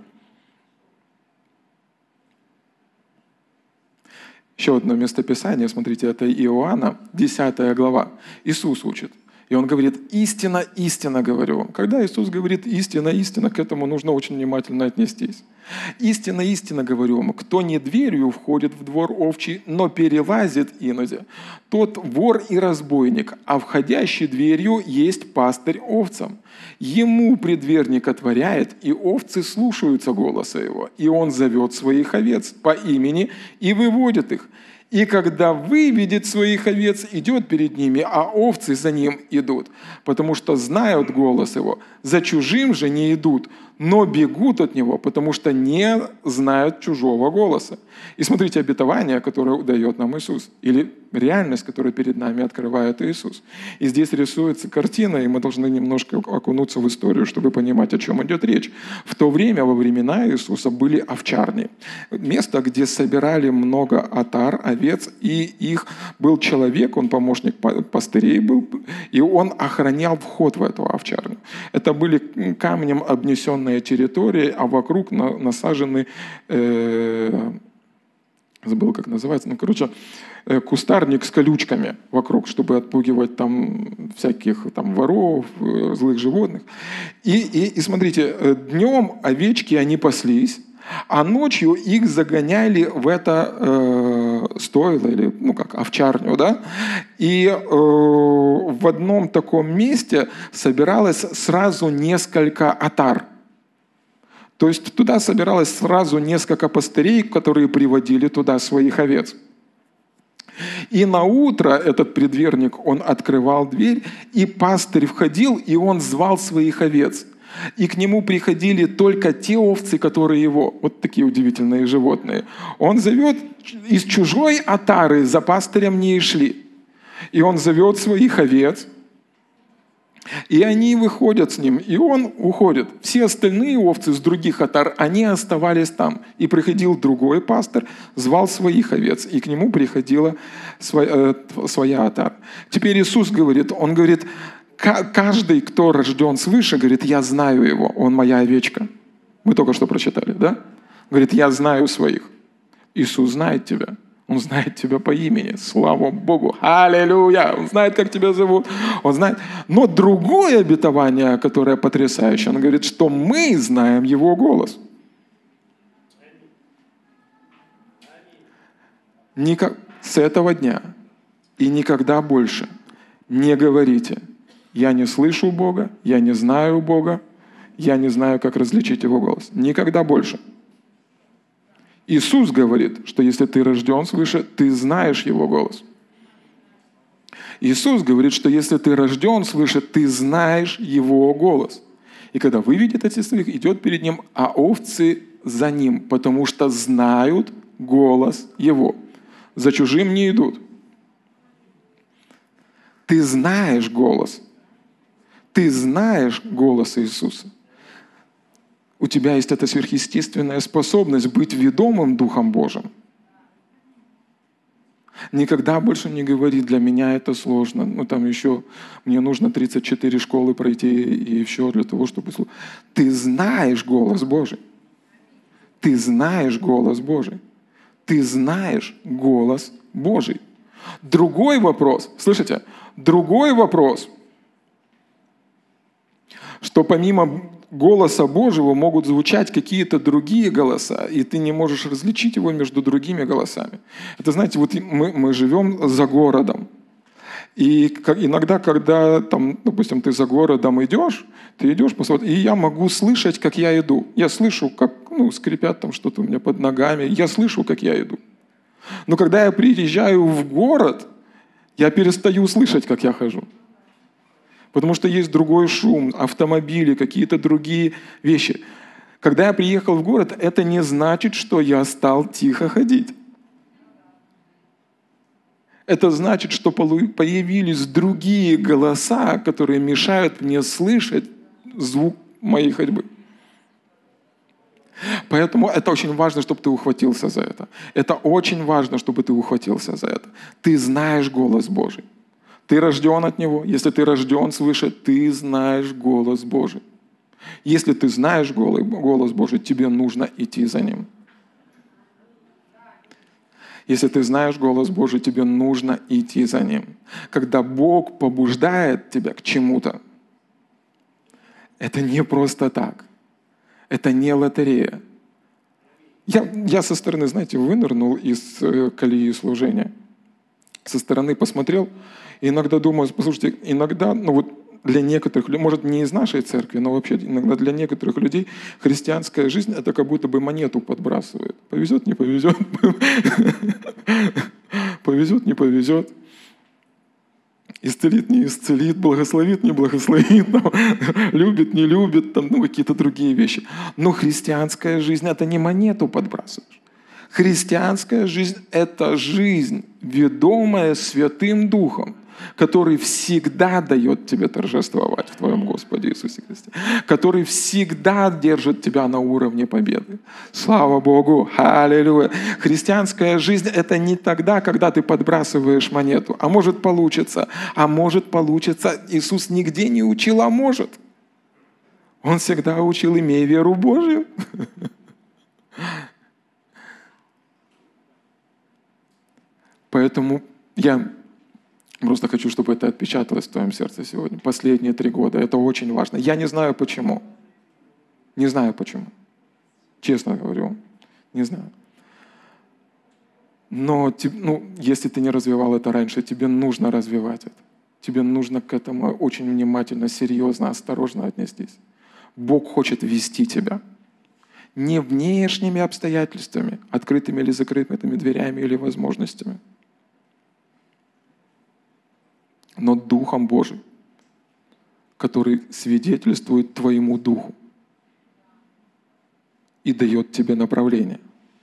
Еще одно местописание, смотрите, это Иоанна, десятая глава. Иисус учит. И Он говорит, истина, истина говорю вам. Когда Иисус говорит истина, истина, к этому нужно очень внимательно отнестись. Истина, истина говорю вам, кто не дверью входит в двор овчий, но перелазит иноде, тот вор и разбойник, а входящий дверью есть пастырь овцам. Ему предверник отворяет, и овцы слушаются голоса его, и он зовет своих овец по имени и выводит их. И когда выведет своих овец, идет перед ними, а овцы за ним идут, потому что знают голос его. За чужим же не идут, но бегут от него, потому что не знают чужого голоса. И смотрите обетование, которое дает нам Иисус, или реальность, которую перед нами открывает Иисус. И здесь рисуется картина, и мы должны немножко окунуться в историю, чтобы понимать, о чем идет речь. В то время, во времена Иисуса, были овчарни. Место, где собирали много отар, овец, и их был человек, он помощник пастырей был, и он охранял вход в эту овчарню. Это были камнем обнесенные территории, а вокруг насажены... Э, забыл, как называется, ну, короче, кустарник с колючками вокруг, чтобы отпугивать там всяких там воров, злых животных. И, и, и смотрите, днем овечки, они паслись, а ночью их загоняли в это э, стойло, или, ну, как, овчарню, да? И э, в одном таком месте собиралось сразу несколько отар. То есть туда собиралось сразу несколько пастырей, которые приводили туда своих овец. И на утро этот предверник, он открывал дверь, и пастырь входил, и он звал своих овец. И к нему приходили только те овцы, которые его, вот такие удивительные животные. Он зовет из чужой отары, за пастырем не шли. И он зовет своих овец, и они выходят с ним, и он уходит. Все остальные овцы с других отар, они оставались там. И приходил другой пастор, звал своих овец, и к нему приходила своя, э, своя отара. Теперь Иисус говорит, он говорит, каждый, кто рожден свыше, говорит, я знаю его, он моя овечка. Мы только что прочитали, да? Говорит, я знаю своих. Иисус знает тебя. Он знает тебя по имени. Слава Богу. Аллилуйя. Он знает, как тебя зовут. Он знает. Но другое обетование, которое потрясающее, он говорит, что мы знаем его голос. Никак... С этого дня и никогда больше не говорите, я не слышу Бога, я не знаю Бога, я не знаю, как различить его голос. Никогда больше. Иисус говорит, что если ты рожден свыше, ты знаешь его голос. Иисус говорит, что если ты рожден свыше, ты знаешь его голос. И когда выведет от своих, идет перед ним, а овцы за ним, потому что знают голос его. За чужим не идут. Ты знаешь голос. Ты знаешь голос Иисуса. У тебя есть эта сверхъестественная способность быть ведомым Духом Божьим. Никогда больше не говори, для меня это сложно. Ну, там еще мне нужно тридцать четыре школы пройти и еще для того, чтобы... Ты знаешь голос Божий. Ты знаешь голос Божий. Ты знаешь голос Божий. Другой вопрос, слышите? Другой вопрос, что помимо голоса Божьего могут звучать какие-то другие голоса, и ты не можешь различить его между другими голосами. Это, знаете, вот мы, мы живем за городом. И как, иногда, когда, там, допустим, ты за городом идешь, ты идешь, посмотри, и я могу слышать, как я иду. Я слышу, как ну, скрипят там что-то у меня под ногами. Я слышу, как я иду. Но когда я приезжаю в город, я перестаю слышать, как я хожу. Потому что есть другой шум, автомобили, какие-то другие вещи. Когда я приехал в город, это не значит, что я стал тихо ходить. Это значит, что появились другие голоса, которые мешают мне слышать звук моей ходьбы. Поэтому это очень важно, чтобы ты ухватился за это. Это очень важно, чтобы ты ухватился за это. Ты знаешь голос Божий. Ты рожден от Него. Если ты рожден свыше, ты знаешь голос Божий. Если ты знаешь голос Божий, тебе нужно идти за Ним. Если ты знаешь голос Божий, тебе нужно идти за Ним. Когда Бог побуждает тебя к чему-то, это не просто так. Это не лотерея. Я, я со стороны, знаете, вынырнул из э, колеи служения. Со стороны посмотрел, и иногда думаю, послушайте, иногда, ну вот для некоторых людей, может, не из нашей церкви, но вообще иногда для некоторых людей христианская жизнь — это как будто бы монету подбрасывает. Повезет, не повезет. Повезет, не повезет. Исцелит, не исцелит, благословит, не благословит, там, любит, не любит, там, ну, какие-то другие вещи. Но христианская жизнь — это не монету подбрасываешь. Христианская жизнь — это жизнь, ведомая Святым Духом, который всегда дает тебе торжествовать в твоем Господе Иисусе Христе, который всегда держит тебя на уровне победы. Слава Богу! Аллилуйя! Христианская жизнь — это не тогда, когда ты подбрасываешь монету, а может получится, а может получится. Иисус нигде не учил, а может. Он всегда учил, имей веру Божию. Поэтому я просто хочу, чтобы это отпечаталось в твоем сердце сегодня. Последние три года. Это очень важно. Я не знаю почему. Не знаю почему. Честно говорю. Не знаю. Но ну, если ты не развивал это раньше, тебе нужно развивать это. Тебе нужно к этому очень внимательно, серьезно, осторожно отнестись. Бог хочет вести тебя. Не внешними обстоятельствами, открытыми или закрытыми дверями или возможностями, но Духом Божиим, который свидетельствует твоему духу и дает тебе направление.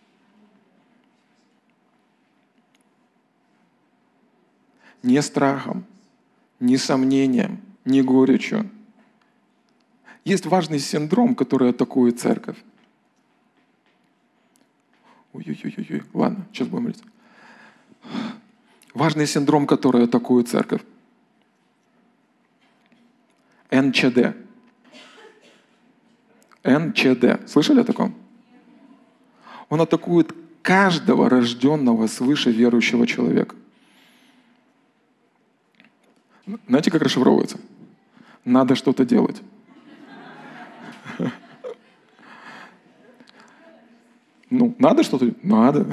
Не страхом, не сомнением, не горечью. Есть важный синдром, который атакует церковь. Ой-ой-ой, ладно, сейчас будем молиться. Важный синдром, который атакует церковь. эн че дэ. эн че дэ. Слышали о таком? Он атакует каждого рожденного свыше верующего человека. Знаете, как расшифровывается? Надо что-то делать. Ну, надо что-то делать? Надо.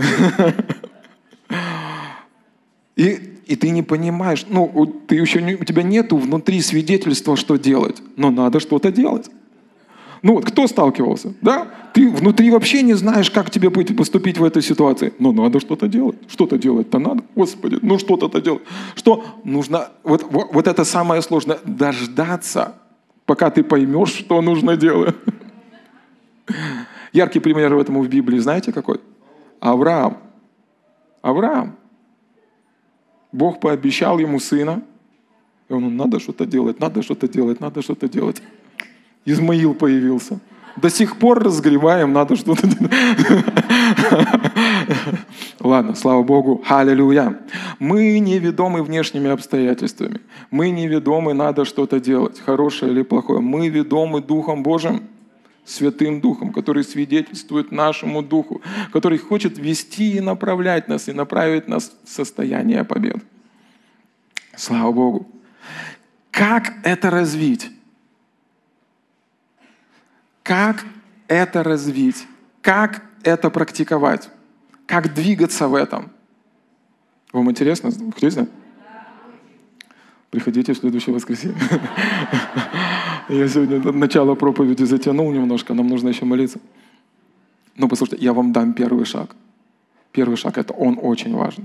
И, и ты не понимаешь, ну, ты еще не, у тебя нету внутри свидетельства, что делать, но надо что-то делать. Ну вот кто сталкивался, да? Ты внутри вообще не знаешь, как тебе поступить в этой ситуации, но надо что-то делать. Что-то делать-то надо, Господи, ну что-то-то делать. Что нужно, вот, вот, вот это самое сложное, дождаться, пока ты поймешь, что нужно делать. Яркий пример этому в Библии, знаете какой? Авраам. Авраам. Бог пообещал ему сына, и он, надо что-то делать, надо что-то делать, надо что-то делать. Измаил появился. До сих пор разгреваем, надо что-то делать. Ладно, слава Богу, аллилуйя. Мы не ведомы внешними обстоятельствами. Мы не ведомы, надо что-то делать, хорошее или плохое. Мы ведомы Духом Божьим, Святым Духом, который свидетельствует нашему Духу, который хочет вести и направлять нас, и направить нас в состояние победы. Слава Богу. Как это развить? Как это развить? Как это практиковать? Как двигаться в этом? Вам интересно? Хотите знать? Приходите в следующее воскресенье. Я сегодня начало проповеди затянул немножко, нам нужно еще молиться. Но послушайте, я вам дам первый шаг. Первый шаг — это он очень важен.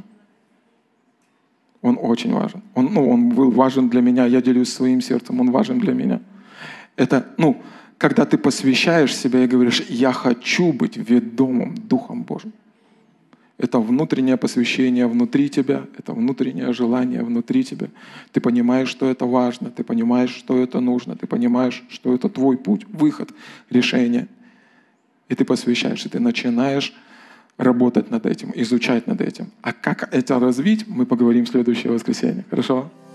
Он очень важен. Он, ну, он был важен для меня, я делюсь своим сердцем, он важен для меня. Это, ну, когда ты посвящаешь себя и говоришь, я хочу быть ведомым Духом Божьим. Это внутреннее посвящение внутри тебя, это внутреннее желание внутри тебя. Ты понимаешь, что это важно, ты понимаешь, что это нужно, ты понимаешь, что это твой путь, выход, решение. И ты посвящаешь, и ты начинаешь работать над этим, изучать над этим. А как это развить, мы поговорим в следующее воскресенье. Хорошо?